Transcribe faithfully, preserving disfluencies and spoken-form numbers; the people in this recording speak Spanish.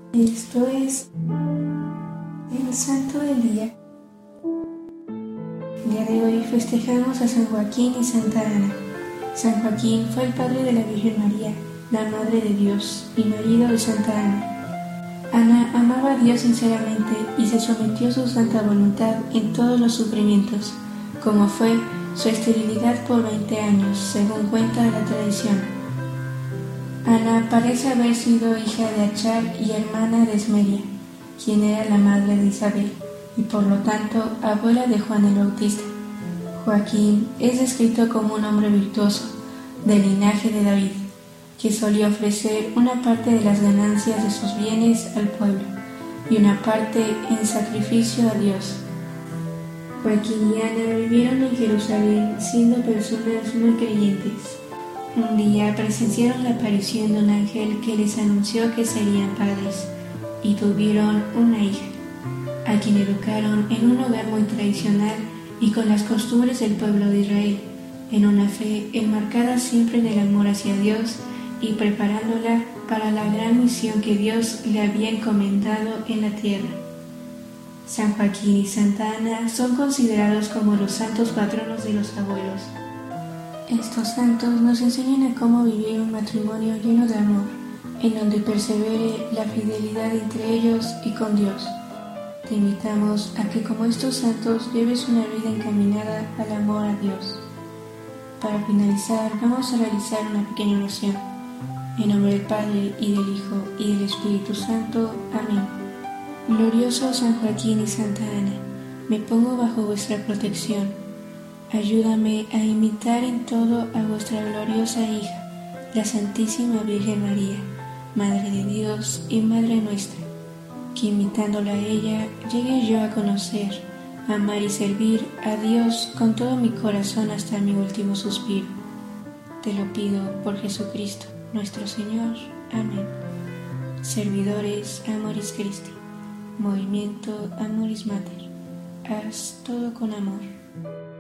Esto es el Santo del Día. El día de hoy festejamos a San Joaquín y Santa Ana. San Joaquín fue el padre de la Virgen María, la Madre de Dios, y marido de Santa Ana. Ana amaba a Dios sinceramente y se sometió a su santa voluntad en todos los sufrimientos, como fue su esterilidad por veinte años, según cuenta la tradición. Ana parece haber sido hija de Achar y hermana de Esmeria, quien era la madre de Isabel, y por lo tanto abuela de Juan el Bautista. Joaquín es descrito como un hombre virtuoso, del linaje de David, que solía ofrecer una parte de las ganancias de sus bienes al pueblo, y una parte en sacrificio a Dios. Joaquín y Ana vivieron en Jerusalén siendo personas muy creyentes. Un día presenciaron la aparición de un ángel que les anunció que serían padres, y tuvieron una hija, a quien educaron en un hogar muy tradicional y con las costumbres del pueblo de Israel, en una fe enmarcada siempre en el amor hacia Dios y preparándola para la gran misión que Dios le había encomendado en la tierra. San Joaquín y Santa Ana son considerados como los santos patronos de los abuelos. Estos santos nos enseñan a cómo vivir un matrimonio lleno de amor, en donde persevere la fidelidad entre ellos y con Dios. Te invitamos a que como estos santos lleves una vida encaminada al amor a Dios. Para finalizar, vamos a realizar una pequeña oración. En nombre del Padre, y del Hijo, y del Espíritu Santo. Amén. Glorioso San Joaquín y Santa Ana, me pongo bajo vuestra protección. Ayúdame a imitar en todo a vuestra gloriosa hija, la Santísima Virgen María, Madre de Dios y Madre nuestra, que imitándola a ella llegue yo a conocer, amar y servir a Dios con todo mi corazón hasta mi último suspiro. Te lo pido por Jesucristo, nuestro Señor. Amén. Servidores Amoris Christi, Movimiento Amoris Mater, haz todo con amor.